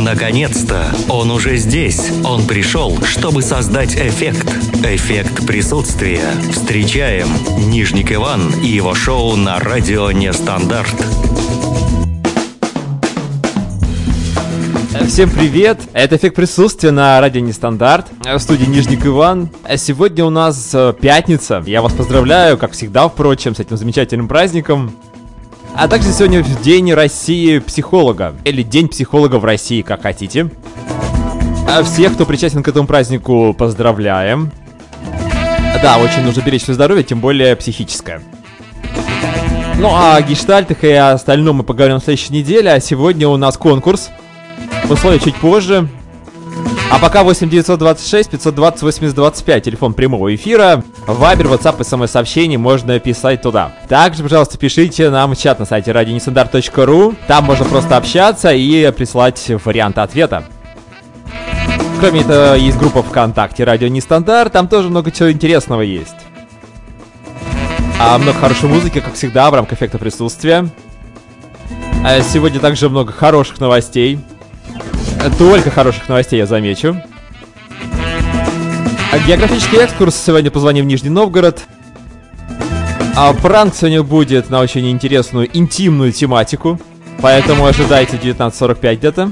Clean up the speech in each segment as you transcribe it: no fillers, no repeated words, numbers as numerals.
Наконец-то! Он уже здесь. Он пришел, чтобы создать эффект. Эффект присутствия. Встречаем Нижник Иван и его шоу на радио Нестандарт. Всем привет! Это «Эффект присутствия» на радио Нестандарт. В студии Нижник Иван. Сегодня у нас пятница. Я вас поздравляю, как всегда, впрочем, с этим замечательным праздником. А также сегодня День России психолога. Или День психолога в России, как хотите. Всех, кто причастен к этому празднику, поздравляем. Да, очень нужно беречь свое здоровье, тем более психическое. Ну а о гештальтах и о остальном мы поговорим в следующей неделе. А сегодня у нас конкурс. Условия чуть позже. А пока 8926 520 8025, телефон прямого эфира. Вайбер, WhatsApp и смс-сообщений можно писать туда. Также, пожалуйста, пишите нам в чат на сайте radionestandarт.ru. Там можно просто общаться и прислать варианты ответа. Кроме этого, есть группа ВКонтакте «Радио Нестандарт», там тоже много чего интересного есть. А много хорошей музыки, как всегда, в рамках эффекта присутствия. А сегодня также много хороших новостей. Только хороших новостей, я замечу. Географический экскурс. Сегодня позвоним в Нижний Новгород. Пранк сегодня будет на очень интересную, интимную тематику. Поэтому ожидайте 19:45 где-то.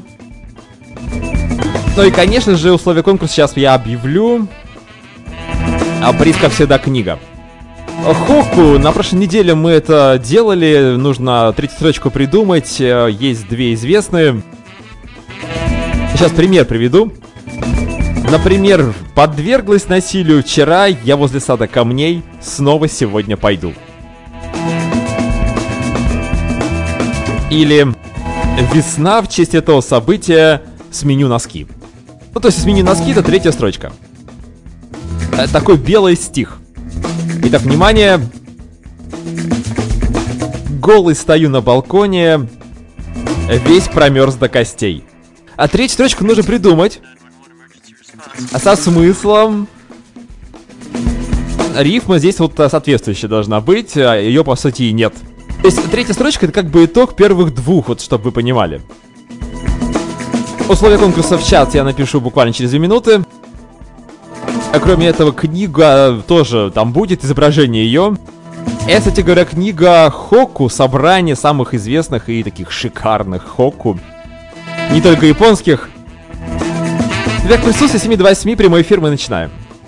Ну и, конечно же, условия конкурса сейчас я объявлю. Приз, как всегда, книга. Хокку. На прошлой неделе мы это делали. Нужно третью строчку придумать. Есть две известные. Сейчас пример приведу. Например, подверглась насилию вчера, я возле сада камней, снова сегодня пойду. Или весна, в честь этого события сменю носки. Ну, то есть сменю носки, это третья строчка. Такой белый стих. Итак, внимание. Голый стою на балконе, весь промерз до костей. А третью строчку нужно придумать. Со смыслом. Рифма здесь вот соответствующая должна быть. А ее, по сути, и нет. То есть третья строчка — это как бы итог первых двух, вот чтобы вы понимали. Условия конкурса в чат я напишу буквально через 2 минуты. А кроме этого, книга тоже там будет, изображение ее. Это, кстати говоря, книга Хокку, собрание самых известных и таких шикарных Хокку. Не только японских. Век присутствия 7 до 8, прямой эфир, мы начинаем.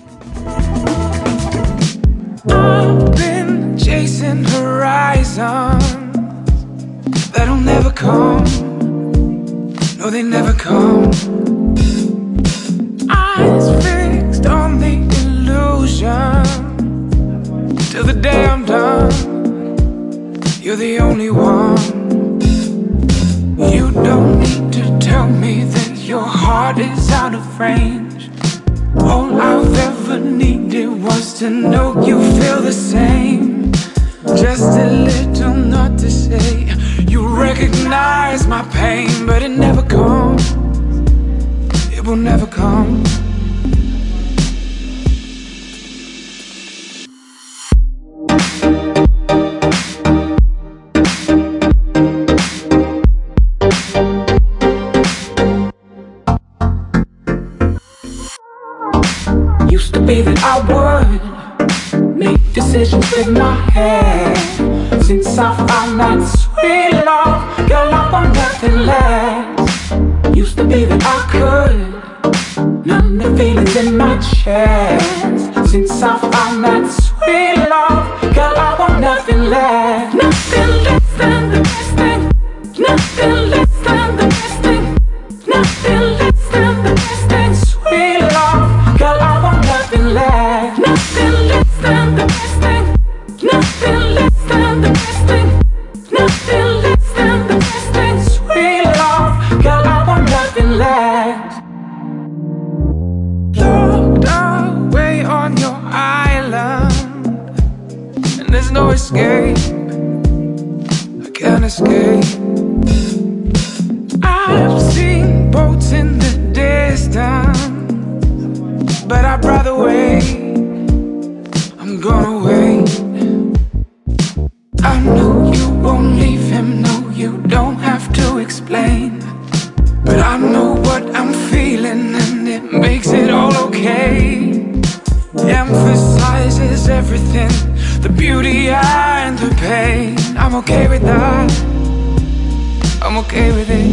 You don't need to tell me that your heart is out of range. All I've ever needed was to know you feel the same. Just a little not to say you recognize my pain, but it never comes. It will never come. Be that I would make decisions with my head. Since I found that sweet love, girl, I want nothing less. Used to be that I could numb the feelings in my chest. Since I found that sweet love, girl, I want nothing less. Nothing less than the best thing. Nothing less than the best thing. Nothing less than the best thing. Sweet love, girl, I want nothing less. Nothing less than the best thing. Nothing less than the best thing. Nothing less than the best thing. Sweet love, girl, I want nothing less. Locked away on your island, and there's no escape. I can't escape. I've seen boats in the distance, but I'd rather wait. I'm gonna wait. I know you won't leave him. No, you don't have to explain, but I know okay. Emphasizes everything, the beauty and the pain. I'm okay with that. I'm okay with it.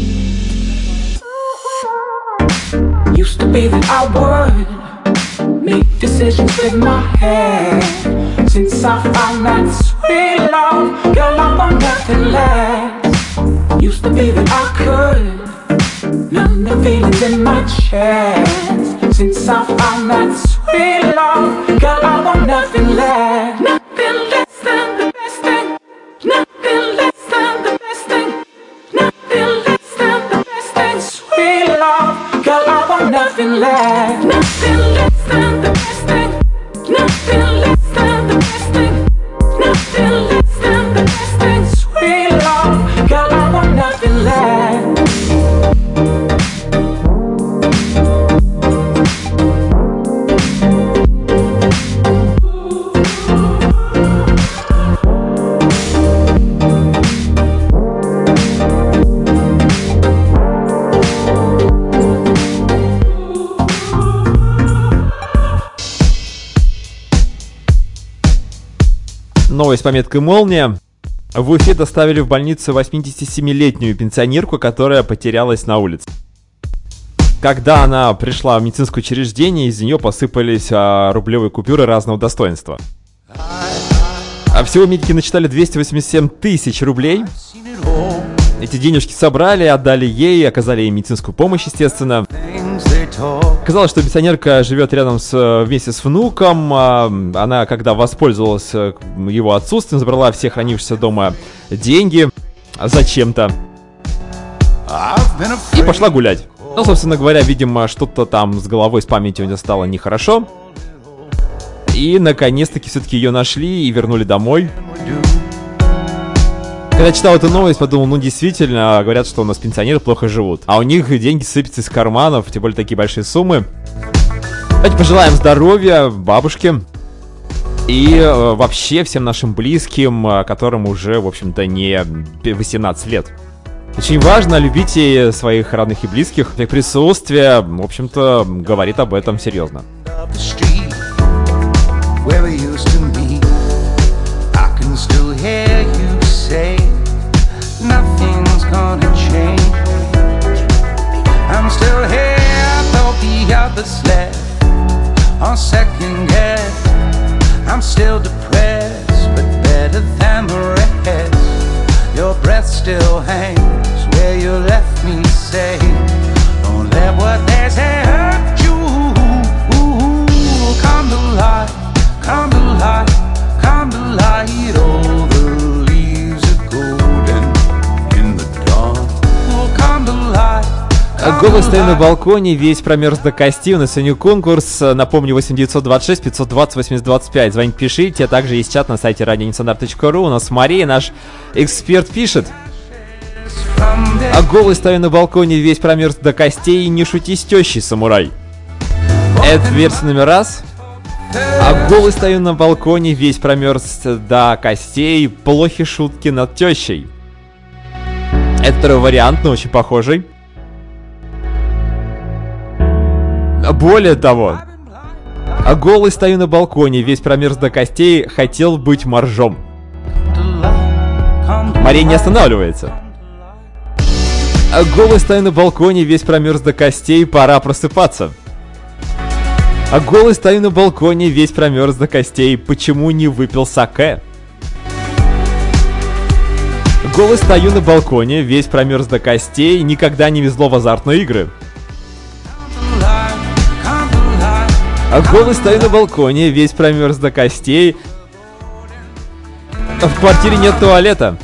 Used to be that I would make decisions with my head. Since I found that sweet love, girl, I want nothing less. Used to be that I could numb the feelings in my chest. Since I found that sweet love, girl, I want nothing less. Nothing less than the best thing. Nothing less than the best thing. Nothing less than the best thing. Sweet love, girl, I want nothing less. Nothing less than the best thing. Nothing less than the best thing. Nothing less than the best thing. Sweet love, girl, I want nothing less. Новость с пометкой «Молния». В Уфе доставили в больницу 87-летнюю пенсионерку, которая потерялась на улице. Когда она пришла в медицинское учреждение, из нее посыпались рублевые купюры разного достоинства. Всего медики насчитали 287 тысяч рублей. Эти денежки собрали, отдали ей, оказали ей медицинскую помощь, естественно. Казалось, что пенсионерка живет рядом вместе с внуком. Она, когда воспользовалась его отсутствием, забрала все хранившиеся дома деньги зачем-то и пошла гулять. Ну, собственно говоря, видимо, что-то там с головой, с памятью у нее стало нехорошо. И, наконец-таки, все-таки ее нашли и вернули домой. Когда читал эту новость, подумал, ну действительно, говорят, что у нас пенсионеры плохо живут. А у них деньги сыпятся из карманов, тем более такие большие суммы. Давайте пожелаем здоровья бабушке. И вообще всем нашим близким, которым уже, в общем-то, не 18 лет. Очень важно любить своих родных и близких. Их присутствие, в общем-то, говорит об этом серьезно. Nothing's gonna change. I'm still here, though the others left on second guess. I'm still depressed, but better than the rest. Your breath still hangs where you left me safe. Don't let what they say hurt you. Come to light, come to light, come to light. Oh, the leaves are golden in the dawn. Oh, come to light. Голый стою на балконе, весь промерз до костей. У нас сегодня конкурс. Напомню, 8926 520 8025. Звоните, пишите. А также есть чат на сайте radionestandarт.ru. У нас Мария, наш эксперт, пишет. Голый стою на балконе, весь промерз до костей. Не шути с тещей, самурай. Это версия номер раз. Голый стою на балконе, весь промерз до костей. Плохи шутки над тещей. Это второй вариант, но очень похожий. Более того, голый стою на балконе, весь промерз до костей, хотел быть моржом. Мария не останавливается. Голый стою на балконе, весь промерз до костей, пора просыпаться. Голый стою на балконе, весь промерз до костей, почему не выпил саке? Голый стою на балконе, весь промерз до костей, никогда не везло в азартные игры. Голый стою на балконе, весь промерз до костей. В квартире нет туалета.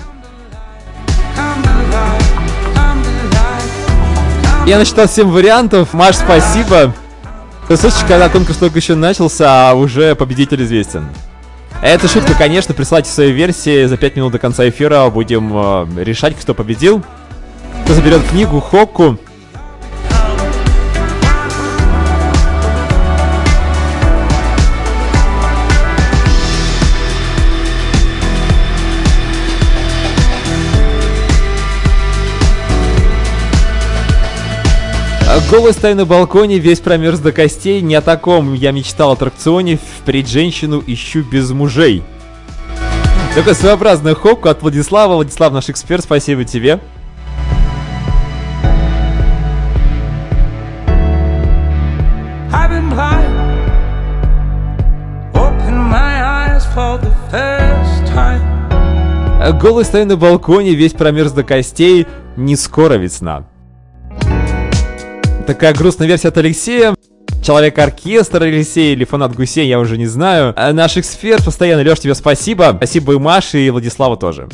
Я насчитал 7 вариантов. Маш, спасибо. Слушай, когда конкурс только еще начался, а уже победитель известен. Это шутка, конечно. Присылайте свои версии. За 5 минут до конца эфира будем решать, кто победил. Кто заберет книгу Хокку. Голый стою на балконе, весь промерз до костей. Не о таком я мечтал аттракционе. Впредь женщину ищу без мужей. Такой своеобразный хоп от Владислава. Владислав, наш эксперт, спасибо тебе. Голый стою на балконе, весь промерз до костей. Не скоро весна. Такая грустная версия от Алексея. Человек-оркестр Алексей или фанат гусей, я уже не знаю. Наш эксперт постоянно. Леш, тебе спасибо. Спасибо и Маше, и Владиславу тоже.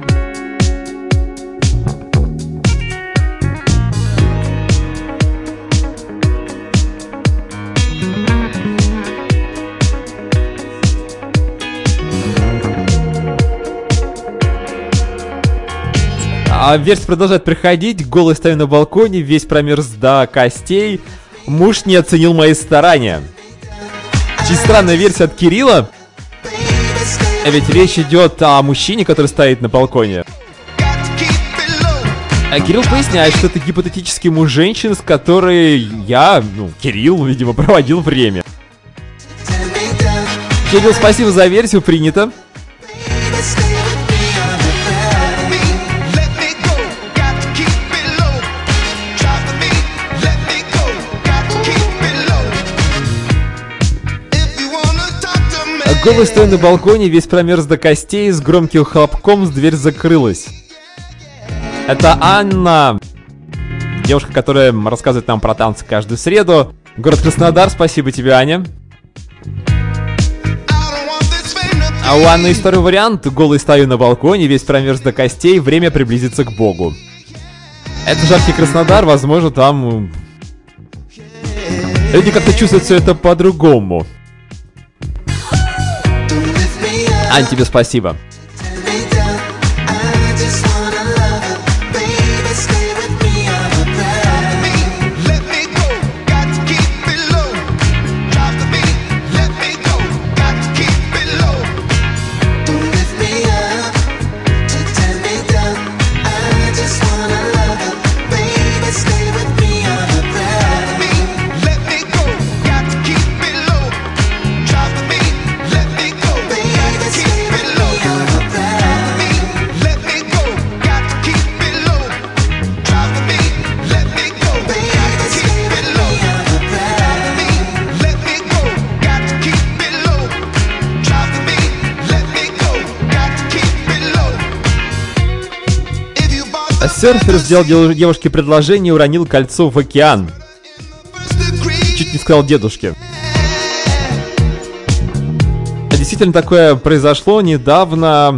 А версия продолжает приходить. Голый стою на балконе, весь промерз до костей. Муж не оценил мои старания. Очень странная версия от Кирилла. Ведь речь идет о мужчине, который стоит на балконе. А Кирилл поясняет, что это гипотетический муж женщины, с которой я, Кирилл, видимо, проводил время. Кирилл, спасибо за версию, принято. Голый стою на балконе, весь промерз до костей, с громким хлопком дверь закрылась. Это Анна, девушка, которая рассказывает нам про танцы каждую среду. Город Краснодар, спасибо тебе, Аня. А у Анны есть второй вариант. Голый стою на балконе, весь промерз до костей, время приблизиться к Богу. Это жаркий Краснодар, возможно, там люди как-то чувствуют все это по-другому. Ань, тебе спасибо. Серфер сделал девушке предложение и уронил кольцо в океан. Чуть не сказал дедушке. Действительно, такое произошло недавно.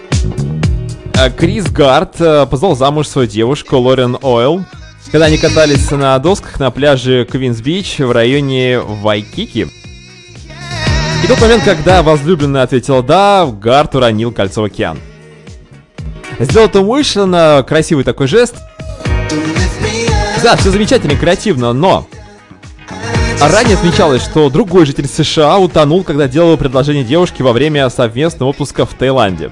Крис Гард позвал замуж свою девушку Лорен Ойл, когда они катались на досках на пляже Квинс-Бич в районе Вайкики. И в тот момент, когда возлюбленная ответила «да», Гард уронил кольцо в океан. Сделал это умышленно, красивый такой жест. Да, все замечательно, креативно, но ранее отмечалось, что другой житель США утонул, когда делал предложение девушке во время совместного отпуска в Таиланде.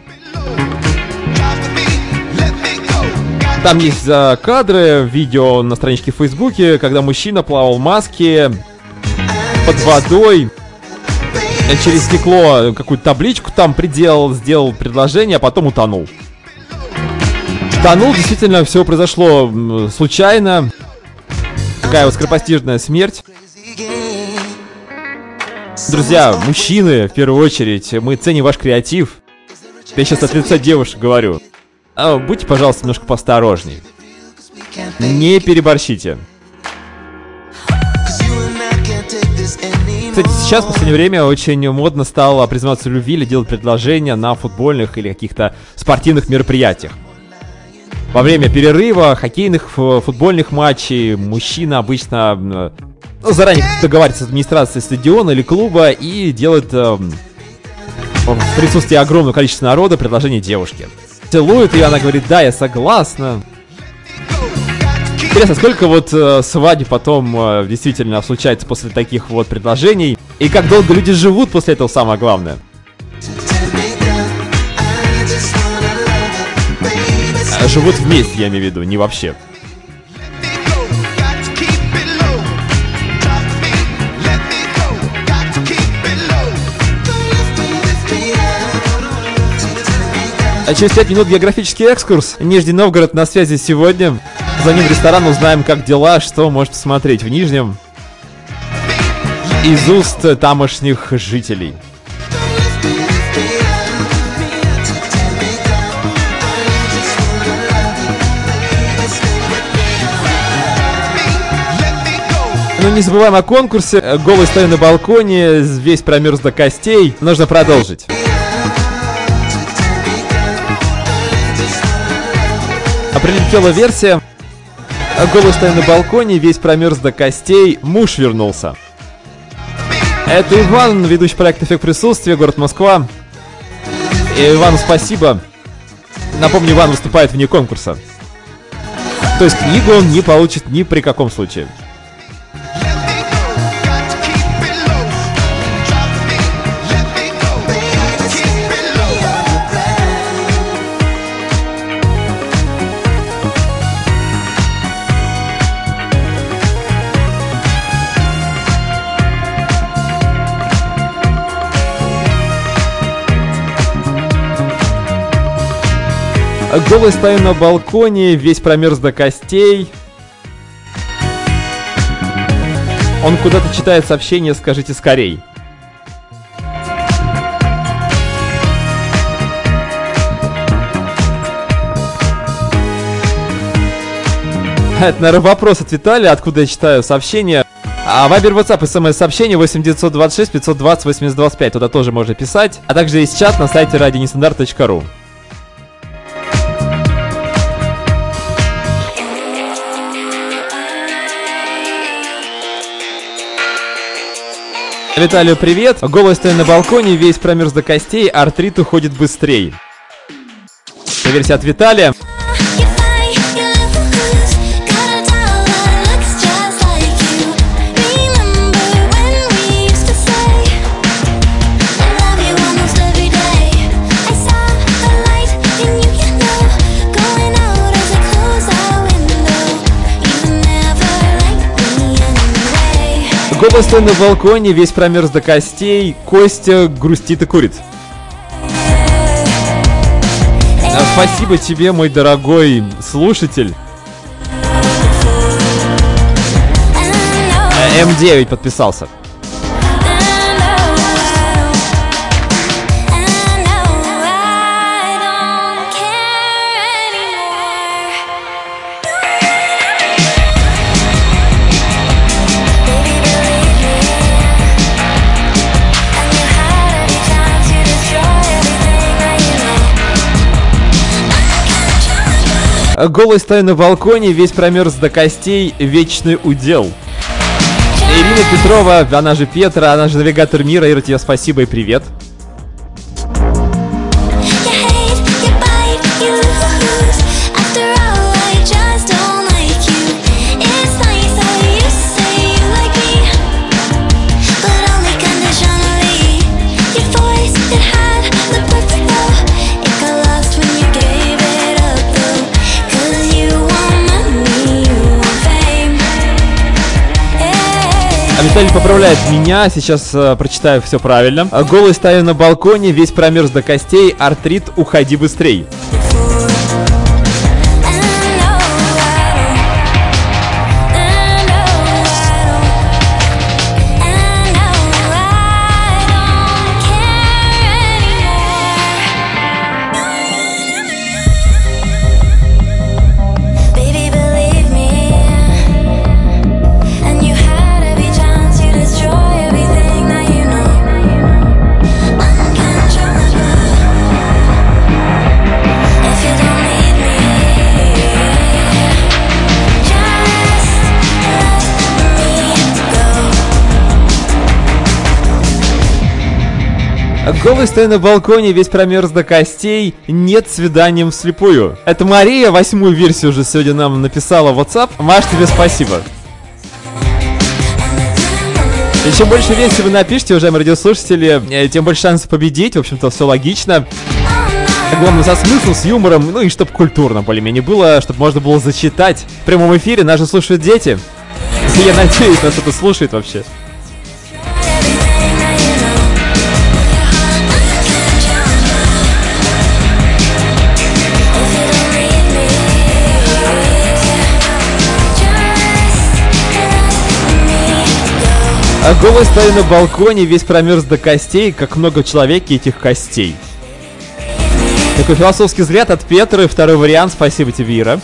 Там есть кадры, видео на страничке в Фейсбуке, когда мужчина плавал в маске под водой. Через стекло какую-то табличку там приделал, сделал предложение, а потом утонул. Утонул, действительно, все произошло случайно. Такая вот скоропостижная смерть. Друзья, мужчины, в первую очередь, мы ценим ваш креатив. Я сейчас от лица девушек говорю. Будьте, пожалуйста, немножко поосторожней. Не переборщите. Кстати, сейчас в последнее время очень модно стало признаваться в любви или делать предложения на футбольных или каких-то спортивных мероприятиях. Во время перерыва, хоккейных, футбольных матчей мужчина обычно заранее договаривается с администрацией стадиона или клуба и делает в присутствии огромного количества народа предложение девушке. Целует ее, она говорит: да, я согласна. Интересно, сколько вот свадеб потом действительно случается после таких вот предложений? И как долго люди живут после этого, самое главное. Живут вместе, я имею в виду, не вообще. А через 5 минут географический экскурс. Нижний Новгород на связи сегодня. За ним ресторан, узнаем, как дела, что может посмотреть в Нижнем. Из уст тамошних жителей. Ну, не забываем о конкурсе. Голый стою на балконе, весь промерз до костей. Нужно продолжить. А прилетела версия. Голый стою на балконе, весь промерз до костей. Муж вернулся. Это Иван, ведущий проекта «Эффект присутствия», город Москва. И Ивану спасибо. Напомню, Иван выступает вне конкурса. То есть книгу он не получит ни при каком случае. Голый стою на балконе, весь промерз до костей. Он куда-то читает сообщение, скажите скорей. Это, наверное, вопрос от Виталия, откуда я читаю сообщение. А Вайбер, WhatsApp, смс-сообщение 8926 520 8025. Туда тоже можно писать. А также есть чат на сайте radionestandarт.ru. Виталию привет. Голый стою на балконе, весь промерз до костей, артрит уходит быстрее. Это версия от Виталия. Голый стою на балконе, весь промерз до костей, Костя грустит и курит. Спасибо тебе, мой дорогой слушатель. М9 подписался. Голый стою на балконе, весь промерз до костей, вечный удел. Ирина Петрова, она же Петра, она же навигатор мира. Ира, тебе спасибо и привет. Виталий поправляет меня, сейчас прочитаю все правильно. Голый стою на балконе, весь промерз до костей, артрит, уходи быстрей. Голый стою на балконе, весь промерз до костей, нет свиданием вслепую. Это Мария, 8-ю версию уже сегодня нам написала в WhatsApp. Маш, тебе спасибо. И чем больше версий вы напишите, уважаемые радиослушатели, тем больше шансов победить. В общем-то, все логично. Главное, со смыслом, с юмором, ну и чтобы культурно более-менее было, чтобы можно было зачитать. В прямом эфире нас же слушают дети. Я надеюсь, нас это слушает вообще. А голый стою на балконе, весь промерз до костей, как много в человеке этих костей. Такой философский взгляд от Петры, второй вариант, спасибо тебе, Ира.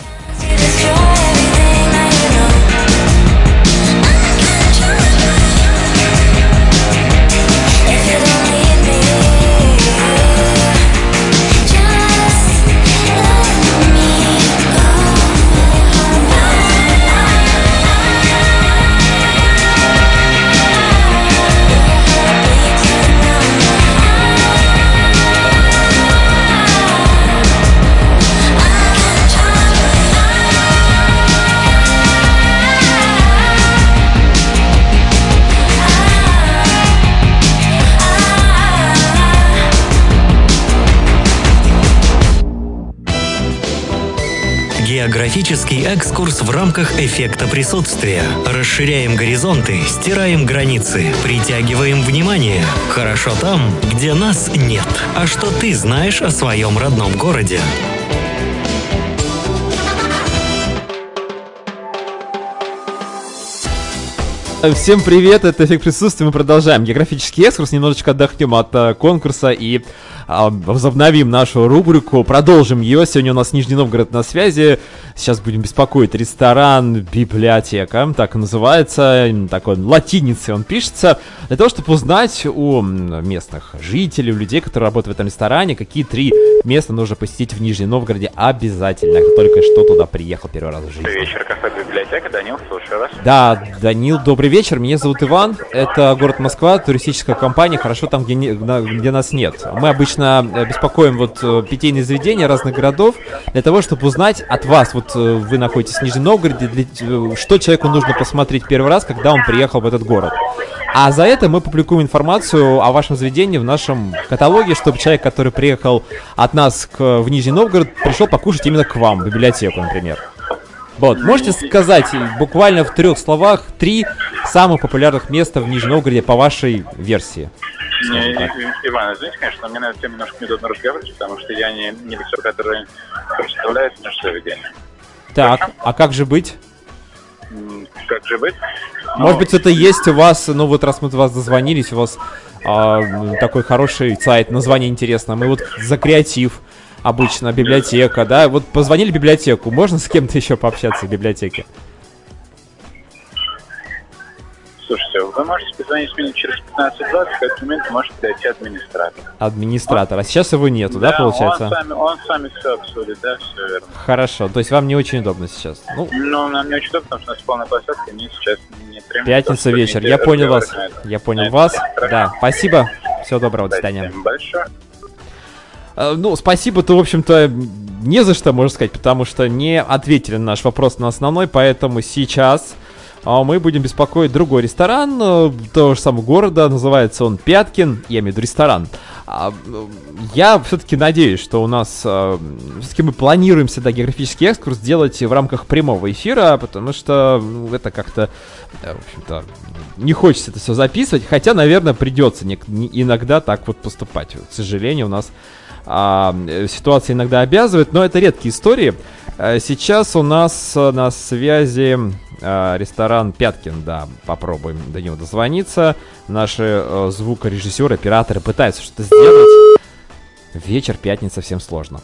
Географический экскурс в рамках эффекта присутствия. Расширяем горизонты, стираем границы, притягиваем внимание. Хорошо там, где нас нет. А что ты знаешь о своем родном городе? Всем привет, это «Эффект присутствия», мы продолжаем географический экскурс, немножечко отдохнем от конкурса и возобновим нашу рубрику, продолжим ее. Сегодня у нас Нижний Новгород на связи, сейчас будем беспокоить ресторан, библиотека, так и называется, такой латиницей он пишется, для того, чтобы узнать у местных жителей, у людей, которые работают в этом ресторане, какие 3 места нужно посетить в Нижнем Новгороде обязательно, кто только что туда приехал первый раз в жизни. Добрый вечер, кафе «Библиотека», Данил, слушаю вас. Да, Данил, добрый вечер, меня зовут Иван, это город Москва, туристическая компания «Хорошо там, где нас нет». Мы обычно беспокоим питейные заведения разных городов для того, чтобы узнать от вас, вы находитесь в Нижнем Новгороде, что человеку нужно посмотреть первый раз, когда он приехал в этот город. А за это мы публикуем информацию о вашем заведении в нашем каталоге, чтобы человек, который приехал от нас в Нижний Новгород, пришел покушать именно к вам, в библиотеку, например. Можете сказать буквально в 3 словах 3 самых популярных места в Нижнем Новгороде по вашей версии? Иван, извините, конечно, но мне на эту тему немножко неудобно разговаривать, потому что я не лицо, которое представляет наше заведение. Так, а как же быть? Как же быть? Может быть, это есть у вас, раз мы вас дозвонились, у вас такой хороший сайт, название интересно, мы за креатив. Обычно библиотека, да? Позвонили в библиотеку, можно с кем-то еще пообщаться в библиотеке? Слушайте, вы можете позвонить мне через 15-20, в этот момент можете дойти администратор. Администратор, а сейчас его нету, да, получается? Он с вами все обсудит, да, все верно. Хорошо, то есть вам не очень удобно сейчас? Нам не очень удобно, потому что у нас полная площадка, мне сейчас не требуется. Пятница вечер, я понял вас, да, спасибо, всего доброго, до свидания. Большое. Спасибо-то, в общем-то, не за что, можно сказать, потому что не ответили на наш вопрос на основной, поэтому сейчас мы будем беспокоить другой ресторан того же самого города, называется он Пяткин, я имею в виду ресторан. Я все-таки надеюсь, что у нас, все-таки мы планируем всегда географический экскурс делать в рамках прямого эфира, потому что это как-то, в общем-то, не хочется это все записывать, хотя, наверное, придется иногда так поступать. К сожалению, у нас ситуация иногда обязывает, но это редкие истории. Сейчас у нас на связи ресторан Пяткин, да, попробуем до него дозвониться. Наши звукорежиссеры, операторы пытаются что-то сделать. Вечер, пятница, всем сложно.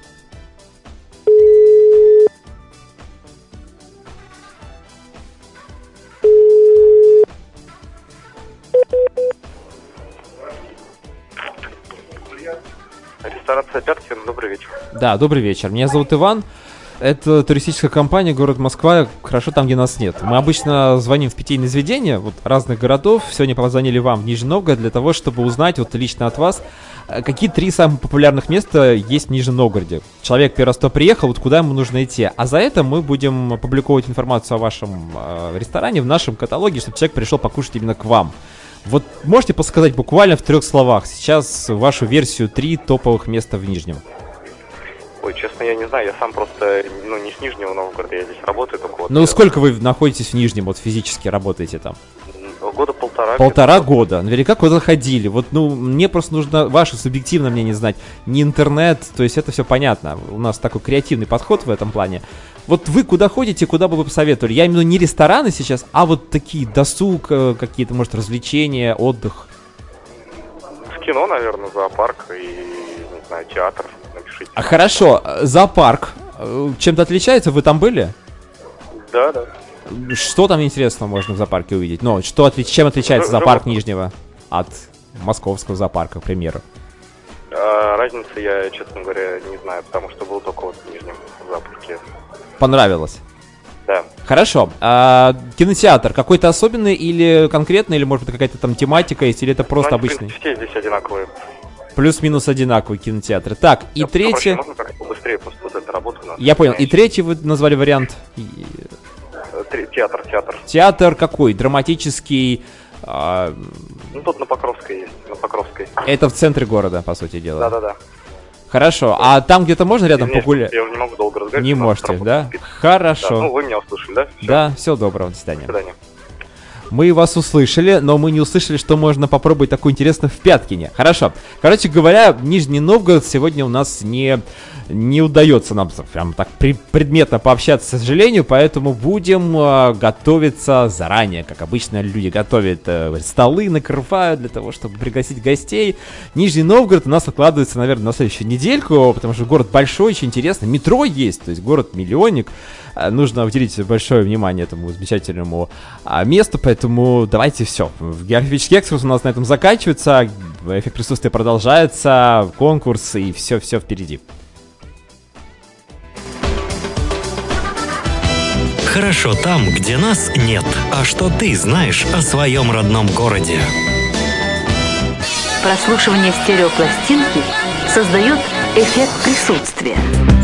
Ресторация Пяткин, добрый вечер. Да, добрый вечер. Меня зовут Иван. Это туристическая компания «Город Москва», хорошо там, где нас нет. Мы обычно звоним в питейные заведения разных городов. Сегодня позвонили вам в Нижний Новгород для того, чтобы узнать лично от вас, какие 3 самых популярных места есть в Нижнем Новгороде. Человек первый раз туда приехал, куда ему нужно идти. А за это мы будем публиковать информацию о вашем ресторане в нашем каталоге, чтобы человек пришел покушать именно к вам. Можете подсказать буквально в 3 словах сейчас вашу версию 3 топовых места в Нижнем? Ой, честно, я не знаю, я сам просто, не с Нижнего Новгорода, я здесь работаю только сколько вы находитесь в Нижнем, физически работаете там? Года полтора. Полтора года. Наверняка куда-то ходили. Мне просто нужно ваше субъективное мнение знать. Не интернет, то есть это все понятно. У нас такой креативный подход в этом плане. Вот вы куда ходите, куда бы вы посоветовали? Я имею в виду не рестораны сейчас, а вот такие досуг, какие-то, может, развлечения, отдых. В кино, наверное, зоопарк и, не знаю, театр. Напишите. Хорошо, зоопарк чем-то отличается? Вы там были? Да, да. Что там интересного можно в зоопарке увидеть? Ну, чем отличается зоопарк Нижнего от московского зоопарка, к примеру? Разницы я, честно говоря, не знаю, потому что был только вот в Нижнем зоопарке. Понравилось? Да. Хорошо. Кинотеатр какой-то особенный или конкретный, или может быть какая-то там тематика есть, или это просто обычный? В принципе, все здесь одинаковые. Плюс-минус одинаковый кинотеатр. Так, и третий... Можно как-то быстрее, просто вот эта работа у нас. Я понял. И третий вы назвали вариант? Театр. Театр какой? Драматический? Ну, тут на Покровской есть, на Покровской. Это в центре города, по сути дела. Да. Хорошо. А там где-то можно рядом погулять? Я уже не могу долго разговаривать. Не можете, да? Хорошо. Да, ну, вы меня услышали, да? Все. Да, всего доброго, до свидания. До свидания. Мы вас услышали, но мы не услышали, что можно попробовать такое интересное в Пяткине. Хорошо. Короче говоря, Нижний Новгород сегодня у нас не удается нам прям так предметно пообщаться, к сожалению, поэтому будем готовиться заранее, как обычно люди готовят столы, накрывают для того, чтобы пригласить гостей. Нижний Новгород у нас откладывается, наверное, на следующую недельку, потому что город большой, очень интересный, метро есть, то есть город-миллионник. Нужно уделить большое внимание этому замечательному месту, поэтому давайте все. Географический экскурс у нас на этом заканчивается, эффект присутствия продолжается, конкурс и все впереди. Хорошо там, где нас нет. А что ты знаешь о своем родном городе? Прослушивание стереопластинки создает эффект присутствия.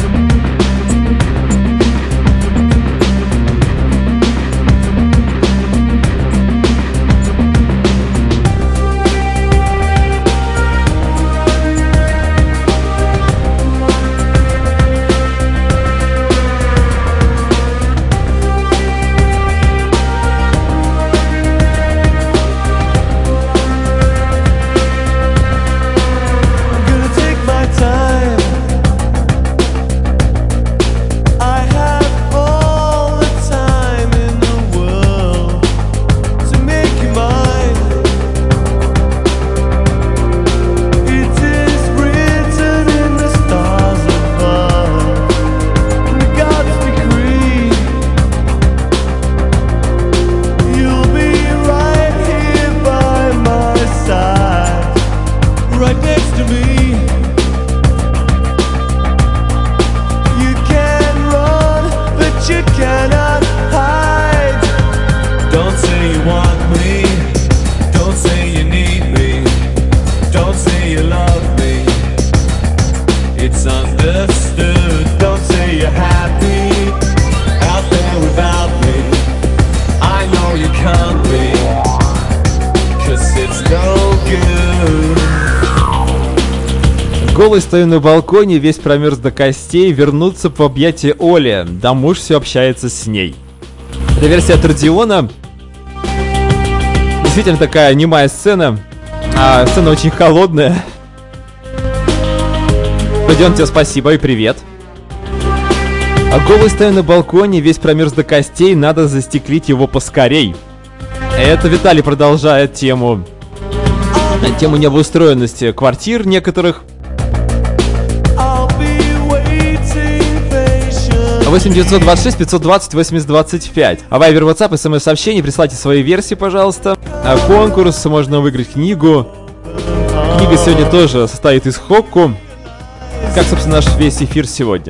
Голый стою на балконе, весь промерз до костей, вернуться в объятия Оли, да муж все общается с ней. Это версия от Родиона. Действительно такая немая сцена. Сцена очень холодная. Родион, тебе спасибо и привет. Голый стою на балконе, весь промерз до костей, надо застеклить его поскорей. Это Виталий продолжает тему необустроенности квартир некоторых. 8926 520 8025. Вайбер, WhatsApp, смс-сообщение. Присылайте свои версии, пожалуйста. Конкурс. Можно выиграть книгу. Книга сегодня тоже состоит из хокку. Как, собственно, наш весь эфир сегодня.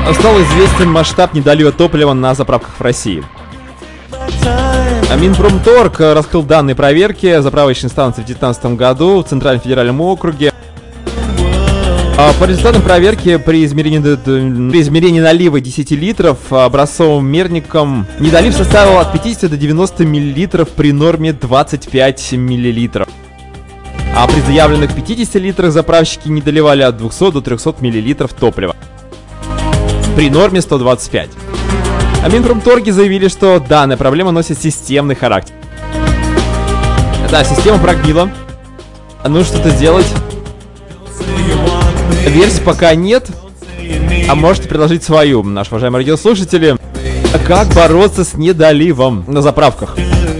Стал известен масштаб недолива топлива на заправках в России. Минпромторг раскрыл данные проверки заправочной станции в 2019 году в Центральном федеральном округе. По результатам проверки при измерении налива 10 литров образцовым мерником недолив составил от 50 до 90 мл при норме 25 мл. А при заявленных 50 литрах заправщики не доливали от 200 до 300 мл топлива при норме 125. А Минпромторги заявили, что данная проблема носит системный характер. Да, система прогнила. Нужно что-то сделать. Версий пока нет. А можете предложить свою, наши уважаемые радиослушатели. Как бороться с недоливом на заправках?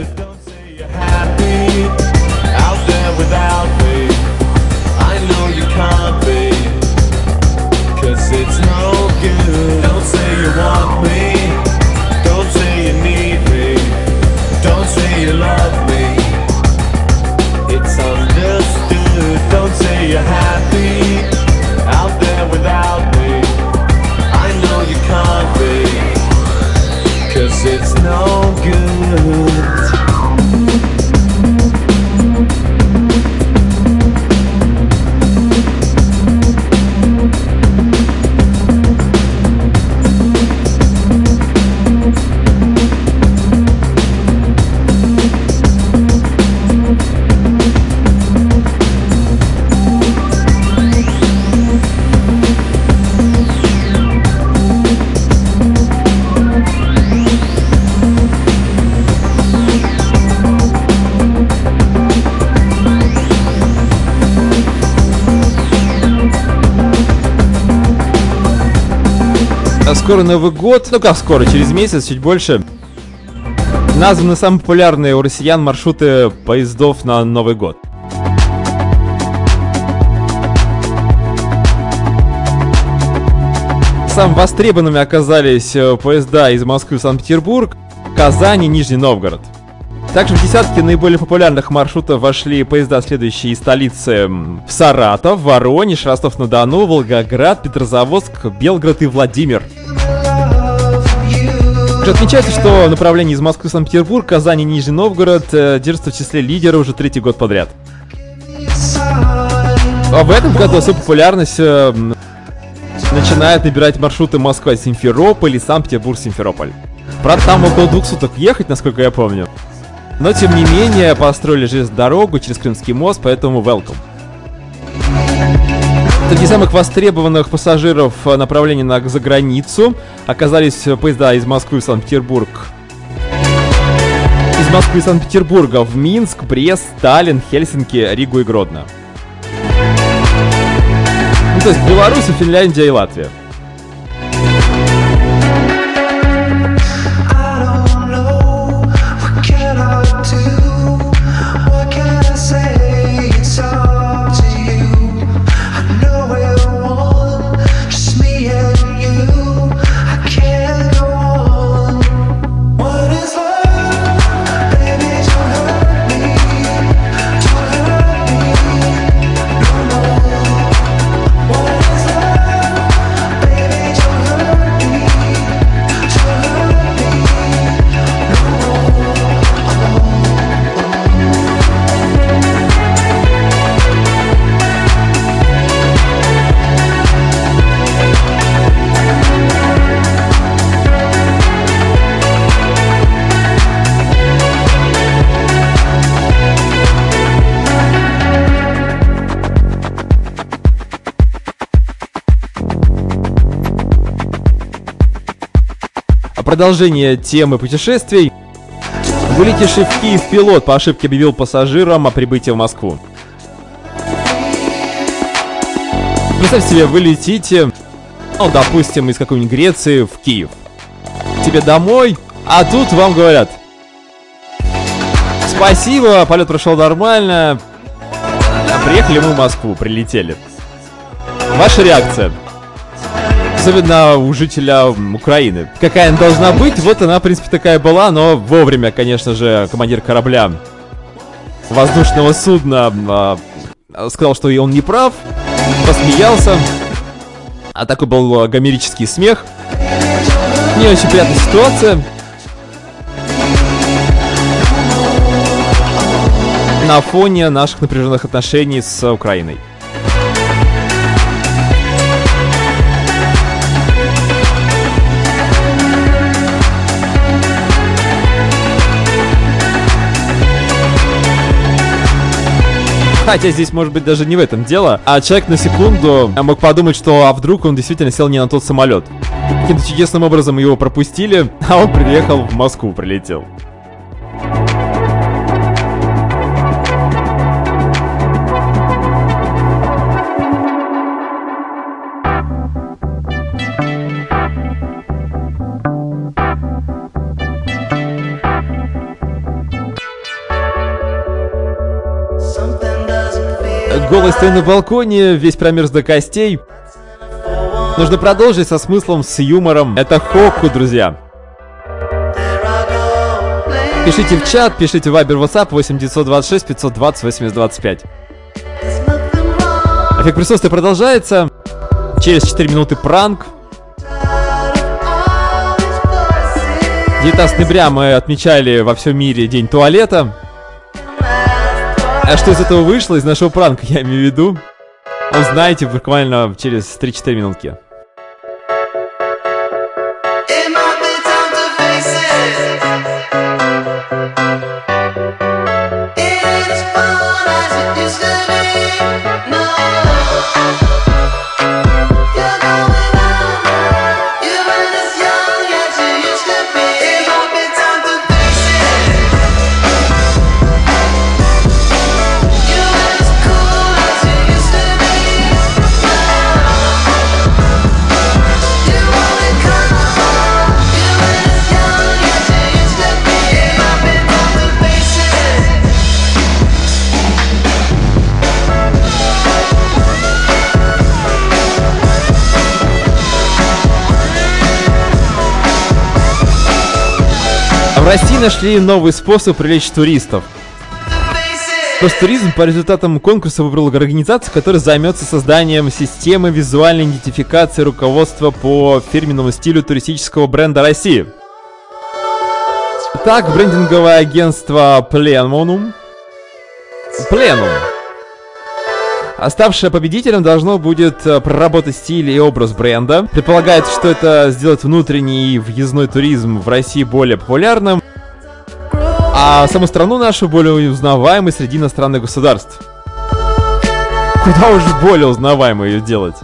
It's no good. Скоро Новый год, ну как скоро, через месяц, чуть больше. Названы самые популярные у россиян маршруты поездов на Новый год. Самыми востребованными оказались поезда из Москвы в Санкт-Петербург, Казань и Нижний Новгород. Также в десятки наиболее популярных маршрутов вошли поезда, следующие из столицы в Саратов, Воронеж, Ростов-на-Дону, Волгоград, Петрозаводск, Белгород и Владимир. Отмечается, что направление из Москвы в Санкт-Петербург, Казань и Нижний Новгород держится в числе лидера уже третий год подряд. А в этом году особую популярность начинают набирать маршруты Москва-Симферополь и Санкт-Петербург-Симферополь. Правда, там около 2 суток ехать, насколько я помню. Но, тем не менее, построили железную дорогу через Крымский мост, поэтому welcome. Среди самых востребованных пассажиров направлений за границу оказались поезда из Москвы в Санкт-Петербург. Из Москвы и Санкт-Петербурга в Минск, Брест, Таллин, Хельсинки, Ригу и Гродно. Ну, то есть Беларусь, Финляндия и Латвия. Продолжение темы путешествий. Вылетевший в Киев пилот по ошибке объявил пассажирам о прибытии в Москву. Представьте себе, вы летите, ну, допустим, из какой-нибудь Греции в Киев. Тебе домой, а тут вам говорят: спасибо, полет прошел нормально, приехали мы в Москву, прилетели. Ваша реакция? Особенно у жителя Украины. Какая она должна быть, вот она, в принципе, такая была, но вовремя, конечно же, командир корабля воздушного судна сказал, что он не прав, посмеялся. А такой был гомерический смех. Не очень приятная ситуация. На фоне наших напряженных отношений с Украиной. Хотя здесь, может быть, даже не в этом дело, а человек на секунду мог подумать, что вдруг он действительно сел не на тот самолет. Каким-то чудесным образом его пропустили, а он приехал в Москву, прилетел. Голый стою на балконе, весь промерз до костей. Нужно продолжить со смыслом, с юмором. Это Хокку, друзья. Пишите в чат, пишите в Viber, WhatsApp 8926 520 8025. Эффект присутствия продолжается. Через 4 минуты пранк. 19 ноября мы отмечали во всем мире День туалета. А что из этого вышло, из нашего пранка, я имею в виду, узнаете буквально через 3-4 минутки. В России нашли новый способ привлечь туристов. Ростуризм по результатам конкурса выбрал организацию, которая займется созданием системы визуальной идентификации руководства по фирменному стилю туристического бренда России. Так, брендинговое агентство Plenum, ставшее победителем, должно будет проработать стиль и образ бренда. Предполагается, что это сделает внутренний и въездной туризм в России более популярным, а саму страну нашу более узнаваемой среди иностранных государств. Куда уж более узнаваемой ее делать?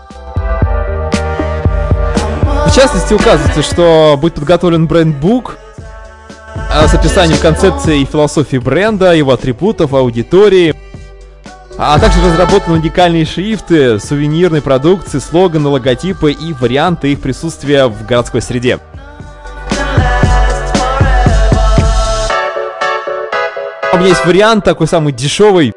В частности, указывается, что будет подготовлен бренд-бук с описанием концепции и философии бренда, его атрибутов, аудитории, а также разработаны уникальные шрифты, сувенирной продукции, слоганы, логотипы и варианты их присутствия в городской среде. У меня есть вариант такой самый дешевый.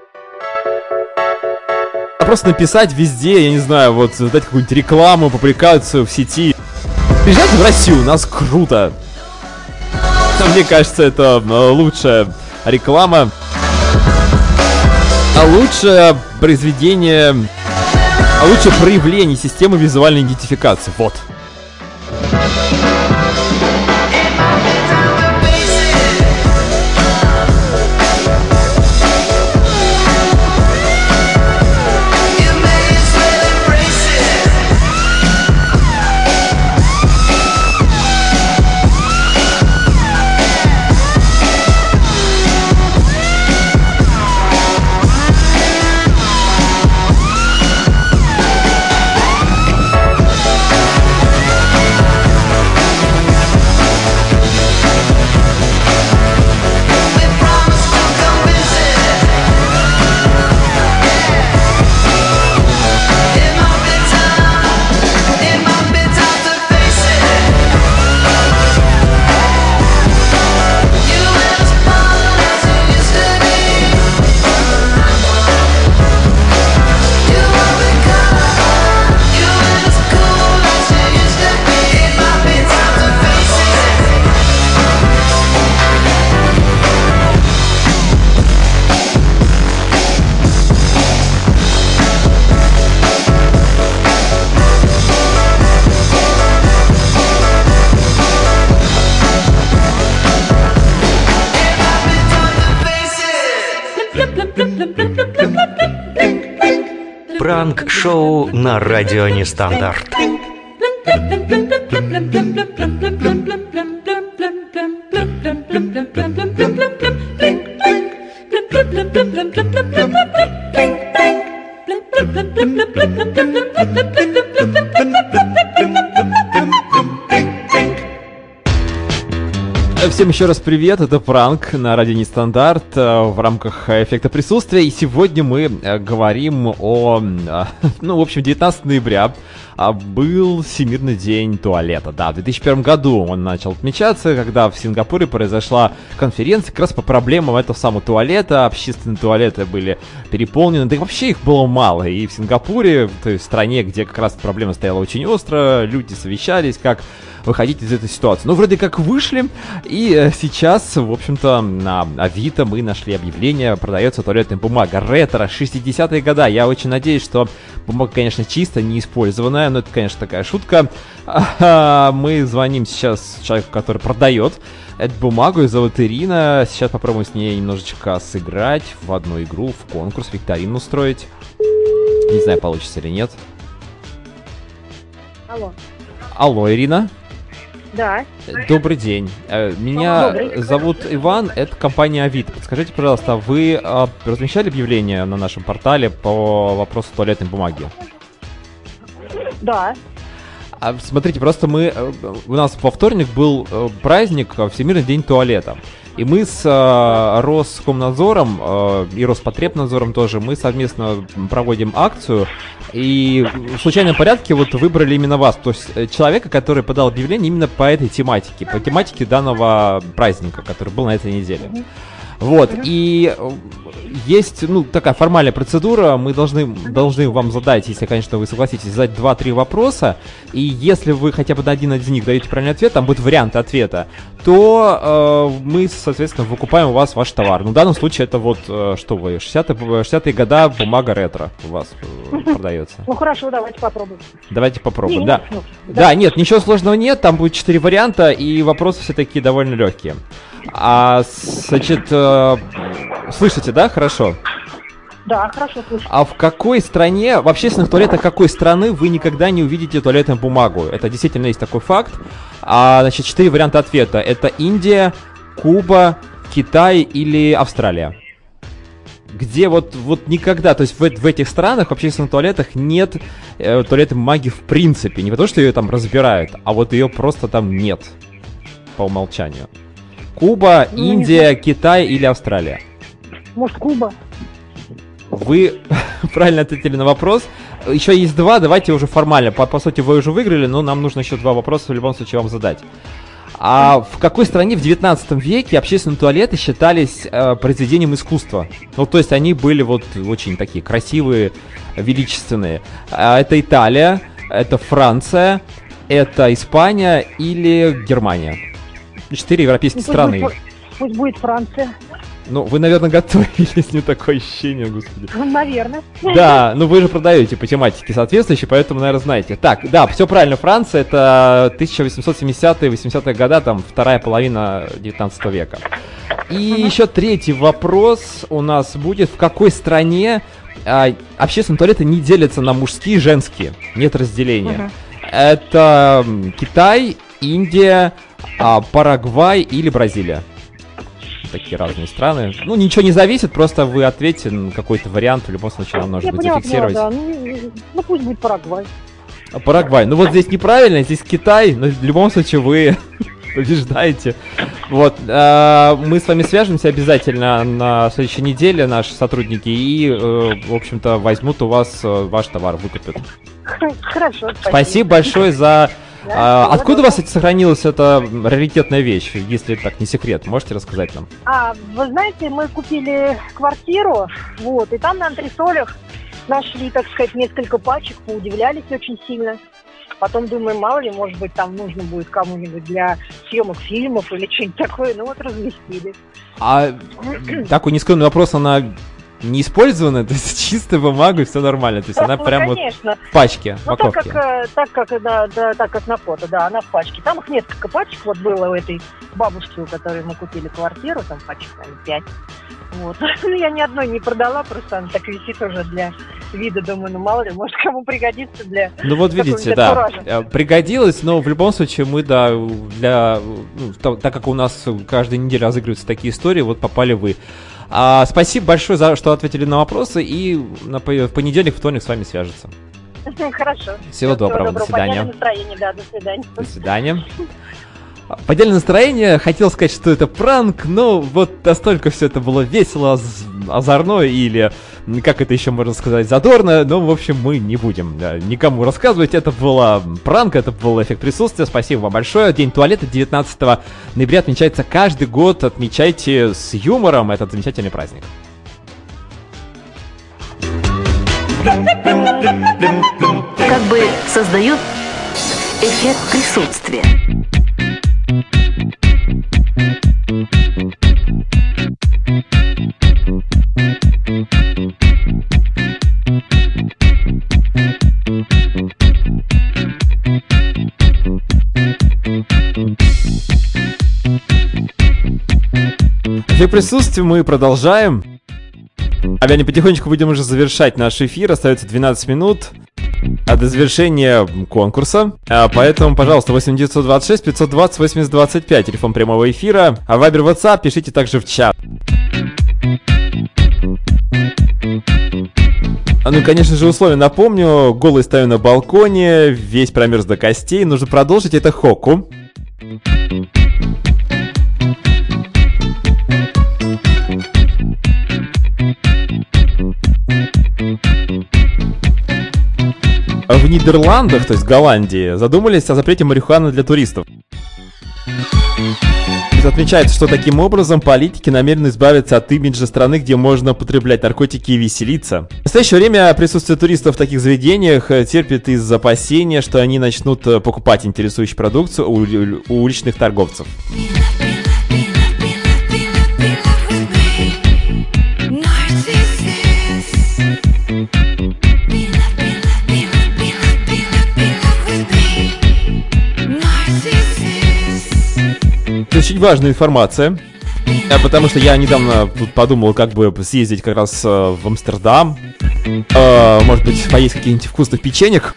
Просто написать везде, я не знаю, вот дать какую-нибудь рекламу, публикацию в сети. Приезжайте в Россию, у нас круто. Мне кажется, это лучшая реклама. А лучшее произведение, лучшее проявление системы визуальной идентификации. Вот. Пранк-шоу на радио Нестандарт. Всем еще раз привет, это пранк на радио Нестандарт в рамках эффекта присутствия. И сегодня мы говорим о, в общем, 19 ноября был Всемирный день туалета. Да, в 2001 году он начал отмечаться, когда в Сингапуре произошла конференция как раз по проблемам этого самого туалета. Общественные туалеты были переполнены, да и вообще их было мало. И в Сингапуре, то есть в стране, где как раз проблема стояла очень остро, люди совещались, как выходить из этой ситуации. Ну, вроде как вышли, и сейчас, в общем-то, на Авито мы нашли объявление, продается туалетная бумага ретро, 60-е годы. Я очень надеюсь, что бумага, конечно, чисто, не использованная, но это, конечно, такая шутка. Мы звоним сейчас человеку, который продает эту бумагу, ее зовут Ирина. Сейчас попробуем с ней немножечко сыграть в одну игру, в конкурс, викторину устроить. Не знаю, получится или нет. Алло. Алло, Ирина. Да. Добрый день. Меня зовут Иван, это компания Авито. Подскажите, пожалуйста, вы размещали объявление на нашем портале по вопросу туалетной бумаги? Да. Смотрите, просто у нас во вторник был праздник Всемирный день туалета. И мы с Роскомнадзором и Роспотребнадзором тоже, мы совместно проводим акцию. И в случайном порядке вот выбрали именно вас, то есть человека, который подал объявление именно по этой тематике, по тематике данного праздника, который был на этой неделе. Вот, и есть, такая формальная процедура, мы должны вам задать, если, конечно, вы согласитесь, задать 2-3 вопроса, и если вы хотя бы на один из них даете правильный ответ, там будут варианты ответа, то мы, соответственно, выкупаем у вас ваш товар. Ну, в данном случае это вот, что вы, 60-е года бумага ретро у вас продается. Ну, хорошо, давайте попробуем. Давайте попробуем, да. Да, нет, ничего сложного нет, там будет 4 варианта, и вопросы все-таки довольно легкие. Значит, слышите, да, хорошо? Да, хорошо, слышу. А в какой стране, в общественных туалетах какой страны вы никогда не увидите туалетную бумагу? Это действительно есть такой факт. Значит, 4 варианта ответа. Это Индия, Куба, Китай или Австралия. Где вот никогда, то есть в этих странах, в общественных туалетах нет туалетной бумаги в принципе. Не потому, что ее там разбирают, а вот ее просто там нет по умолчанию. Куба, Индия, Китай или Австралия? Может, Куба? Вы правильно ответили на вопрос. Еще есть 2, давайте уже формально. По сути, вы уже выиграли, но нам нужно еще 2 вопроса в любом случае вам задать. А в какой стране в 19 веке общественные туалеты считались произведением искусства? Ну, то есть они были вот очень такие красивые, величественные. Это Италия, это Франция, это Испания или Германия? 4 европейские страны. Пусть будет Франция. Ну, вы, наверное, готовились, не такое ощущение, господи. Ну, наверное. Да, вы же продаете по тематике соответствующей, поэтому, наверное, знаете. Так, да, все правильно, Франция, это 1870-е, 80-е года, там, вторая половина 19 века. И еще 3-й вопрос у нас будет. В какой стране общественные туалеты не делятся на мужские и женские? Нет разделения. Это Китай, Индия, Парагвай или Бразилия. Такие разные страны. Ну, ничего не зависит, просто вы ответите на какой-то вариант. В любом случае, нам нужно будет зафиксировать. Да. Ну, пусть будет Парагвай. Парагвай. Ну, вот здесь неправильно, здесь Китай, но в любом случае вы побеждаете. Вот. Мы с вами свяжемся обязательно на следующей неделе, наши сотрудники, и, в общем-то, возьмут у вас ваш товар, выкупят. Хорошо, спасибо большое за... Откуда у вас сохранилась эта раритетная вещь, если так не секрет? Можете рассказать нам? Вы знаете, мы купили квартиру, вот, и там на антресолях нашли, так сказать, несколько пачек, поудивлялись очень сильно. Потом думаем, мало ли, может быть, там нужно будет кому-нибудь для съемок фильмов или что-нибудь такое, ну вот разместили. Такой нескромный вопрос, она не использованная, то есть чистая бумага, все нормально. То есть она прям вот в пачке, в упаковке. Так как на фото, да, она в пачке. Там их несколько пачек вот было у этой бабушки, у которой мы купили квартиру, там пачек, наверное, 5. Вот. Ну, я ни одной не продала, просто она так висит уже для вида, думаю, ну мало ли, может кому пригодится для... Ну вот видите, да, пригодилось, но в любом случае мы, да, так как у нас каждую неделю разыгрываются такие истории, вот попали вы. Спасибо большое за что ответили на вопросы, и в понедельник, вторник с вами свяжутся. Хорошо. Всего доброго, до свидания. Поднятое настроение, да, до свидания. До свидания. Поддельное настроение, хотел сказать, что это пранк, но вот настолько все это было весело, озорно или, как это еще можно сказать, задорно, но, в общем, мы не будем никому рассказывать. Это был пранк, это был эффект присутствия. Спасибо вам большое. День туалета 19 ноября отмечается каждый год. Отмечайте с юмором этот замечательный праздник. Как бы создают эффект присутствия. Эффект присутствия мы продолжаем. Потихонечку будем уже завершать наш эфир. Остается 12 минут до завершения конкурса. Поэтому, пожалуйста, 8926 520 8025, телефон прямого эфира. А Вайбер, WhatsApp пишите также в чат. Ну и, конечно же, условия напомню. Голый стою на балконе, весь промерз до костей. Нужно продолжить. Это Хоку. В Нидерландах, то есть в Голландии, задумались о запрете марихуаны для туристов. Отмечается, что таким образом политики намерены избавиться от имиджа страны, где можно употреблять наркотики и веселиться. В настоящее время присутствие туристов в таких заведениях терпит из-за опасения, что они начнут покупать интересующую продукцию у уличных торговцев. Очень важная информация, потому что я недавно тут подумал, как бы съездить как раз в Амстердам, может быть, поесть каких-нибудь вкусных печенек.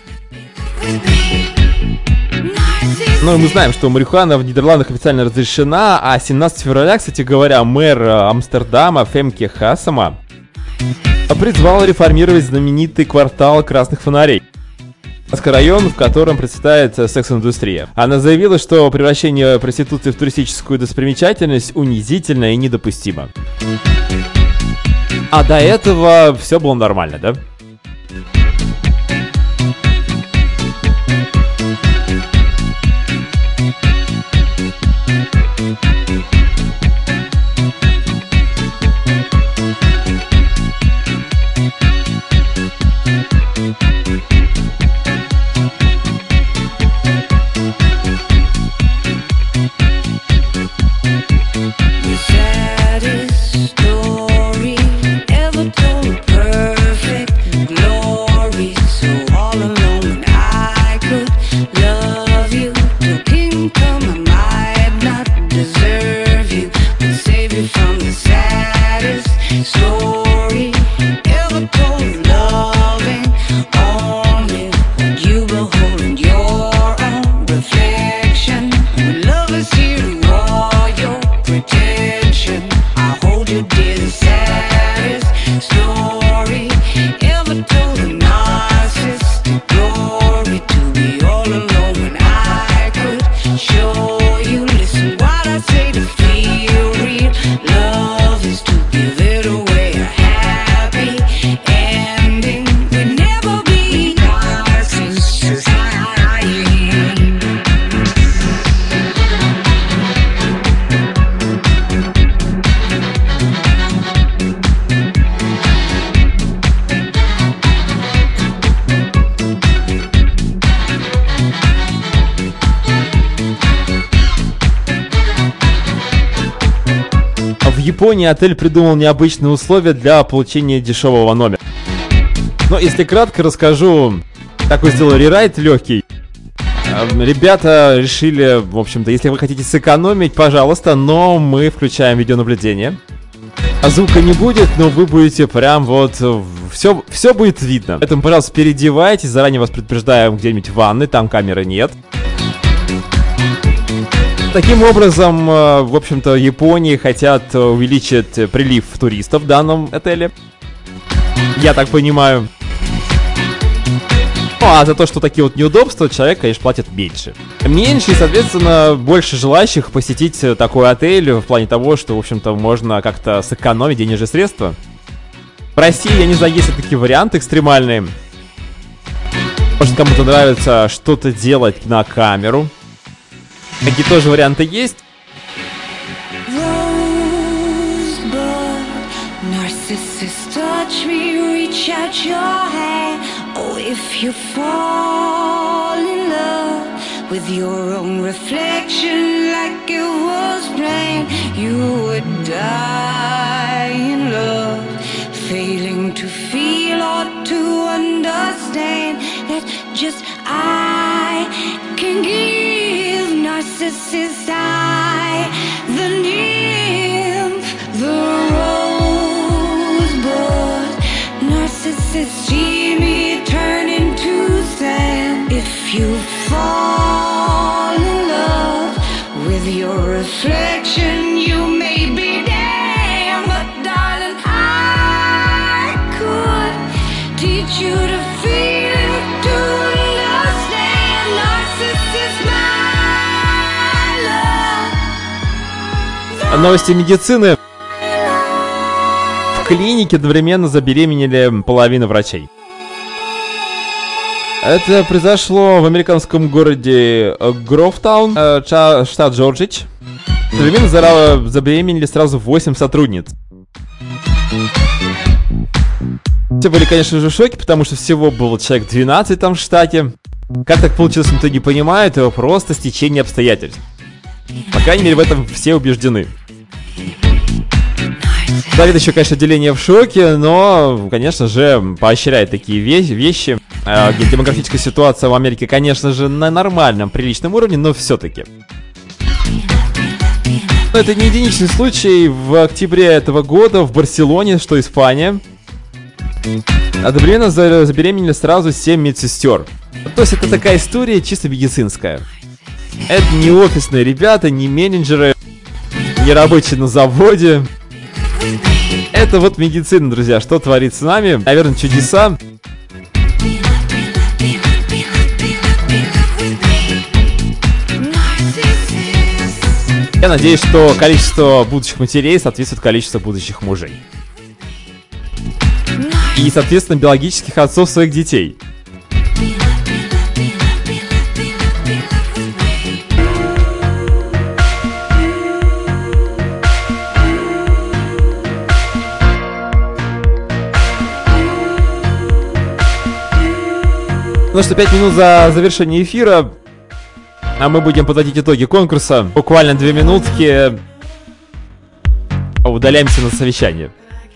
Но мы знаем, что марихуана в Нидерландах официально разрешена, а 17 февраля, кстати говоря, мэр Амстердама Фемке Хассема призвал реформировать знаменитый квартал красных фонарей. Район, в котором процветает секс-индустрия. Она заявила, что превращение проституции в туристическую достопримечательность унизительно и недопустимо. А до этого все было нормально, да? Японии отель придумал необычные условия для получения дешевого номера. Но если кратко расскажу, такой сделал рерайт легкий. Ребята решили, в общем-то, если вы хотите сэкономить, пожалуйста, но мы включаем видеонаблюдение. Звука не будет, но вы будете прям вот... Все будет видно. Поэтому, пожалуйста, переодевайтесь. Заранее вас предупреждаем где-нибудь в ванной, там камеры нет. Таким образом, в общем-то, Японии хотят увеличить прилив туристов в данном отеле. Я так понимаю. Ну, а за то, что такие вот неудобства, человек, конечно, платит меньше. Меньше и, соответственно, больше желающих посетить такой отель в плане того, что, в общем-то, можно как-то сэкономить денежные средства. В России, я не знаю, есть ли такие варианты экстремальные. Может, кому-то нравится что-то делать на камеру. Такие тоже варианты есть. If you fall in love with your own reflection like it was planned, you would die in love, failing to feel or to understand that just I can give narcissists I, the nymph, the rosebud, narcissists see me turn into sand. If you fall in love with your reflection, you may be damned, but darling, I could teach you to feel, to understand. Narcissist, my love. Новости медицины. В клинике одновременно забеременели половину врачей. Это произошло в американском городе Гроувтаун, штат Джорджия. Одновременно забеременели сразу 8 сотрудниц. Все были, конечно же, в шоке, потому что всего было человек 12 там в штате. Как так получилось, никто не понимает, это просто стечение обстоятельств. По крайней мере, в этом все убеждены. Давид еще, конечно, отделение в шоке, но, конечно же, поощряет такие вещи, где демографическая ситуация в Америке, конечно же, на нормальном, приличном уровне, но все-таки. Но это не единичный случай. В октябре этого года в Барселоне, что Испания, одновременно забеременели сразу 7 медсестер. То есть это такая история чисто медицинская. Это не офисные ребята, не менеджеры, не рабочие на заводе. Это вот медицина, друзья, что творит с нами. Наверное, чудеса. Я надеюсь, что количество будущих матерей соответствует количеству будущих мужей. И, соответственно, биологических отцов своих детей. Ну что, 5 минут за завершение эфира, а мы будем подводить итоги конкурса. Буквально 2 минутки. Удаляемся на совещание.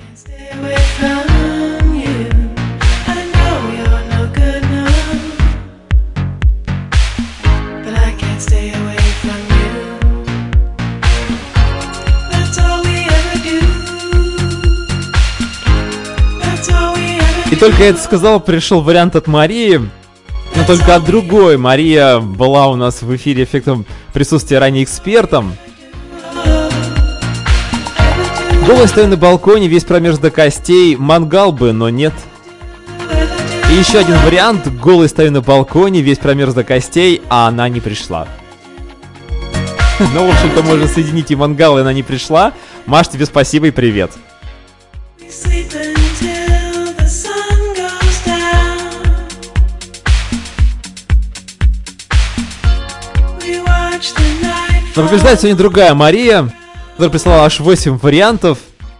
И только я это сказал, пришел вариант от Марии. Но только от другой. Мария была у нас в эфире эффектом присутствия ранее экспертом. Голый стою на балконе, весь промерз до костей. Мангал бы, но нет. И еще один вариант. Голый стою на балконе, весь промерз до костей, а она не пришла. Ну, в общем-то, можно соединить и мангал, и она не пришла. Маш, тебе спасибо и привет. Но побеждает сегодня другая Мария, которая прислала аж 8 вариантов.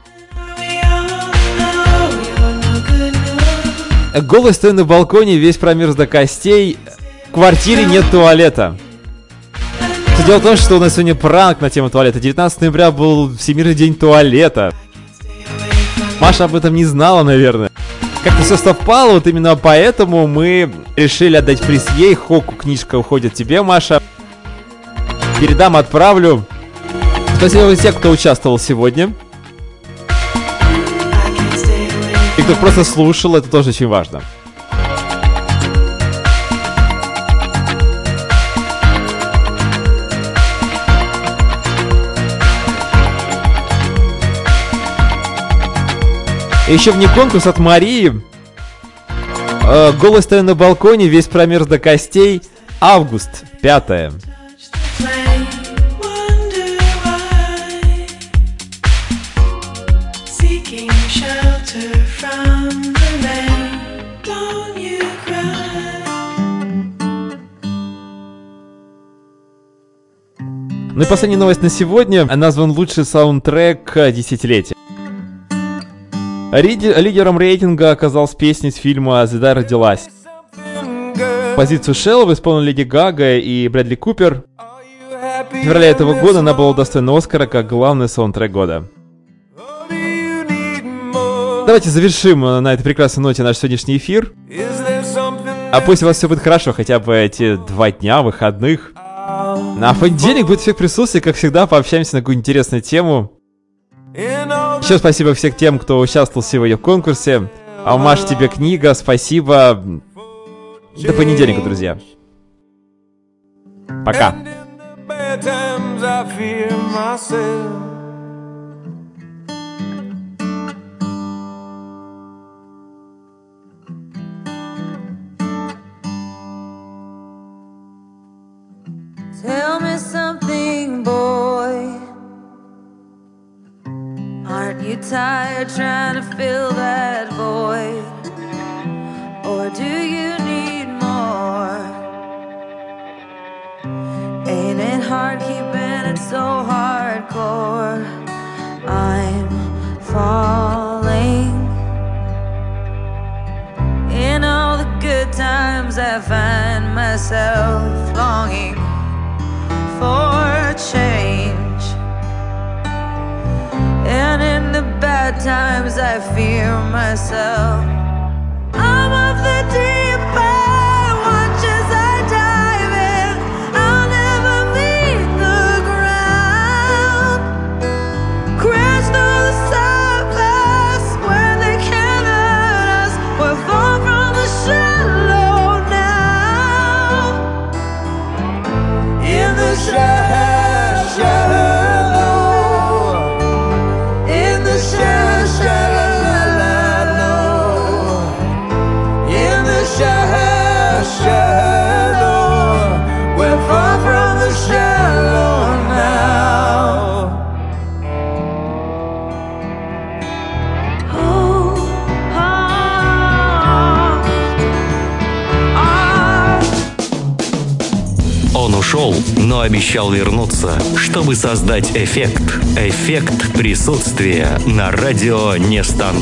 Голый стою на балконе, весь промерз до костей. В квартире нет туалета. Дело в том, что у нас сегодня пранк на тему туалета. 19 ноября был Всемирный день туалета. Маша об этом не знала, наверное. Как-то все совпало, вот именно поэтому мы решили отдать приз ей. Хоку книжка уходит тебе, Маша. Передам, отправлю. Спасибо всем, кто участвовал сегодня. И кто просто слушал, это тоже очень важно. Еще вне конкурс от Марии. Голый стою на балконе, весь промерз до костей. Август, 5. Ну и последняя новость на сегодня. Назван лучший саундтрек десятилетия. Лидером рейтинга оказалась песня из фильма «Звезда родилась». Позицию Шеллова исполнили Леди Гага и Брэдли Купер. В феврале этого года она была удостоена Оскара как главный саундтрек года. Давайте завершим на этой прекрасной ноте наш сегодняшний эфир. А пусть у вас все будет хорошо, хотя бы эти 2 дня выходных. А в понедельник будет эффект присутствия, как всегда, пообщаемся на какую-нибудь интересную тему. Еще спасибо всем тем, кто участвовал сегодня в конкурсе. А Маш, тебе книга, спасибо. До понедельника, друзья. Пока. Tell me something, boy. Aren't you tired trying to fill that void? Or do you need more? Ain't it hard keeping it so hardcore? I'm falling. In all the good times I find myself longing for change, and in the bad times I fear myself. I'm of the deep end, watch as I dive in. I'll never meet the ground. Crash through the surface where they can't hurt us. We're far from the shallow now. In the shallow, in the shallow, in the shallow, we're far from the shallow now. Oh, Он ушел, но обещал вернуться, чтобы создать эффект. Эффект присутствия на радио Нестандарт.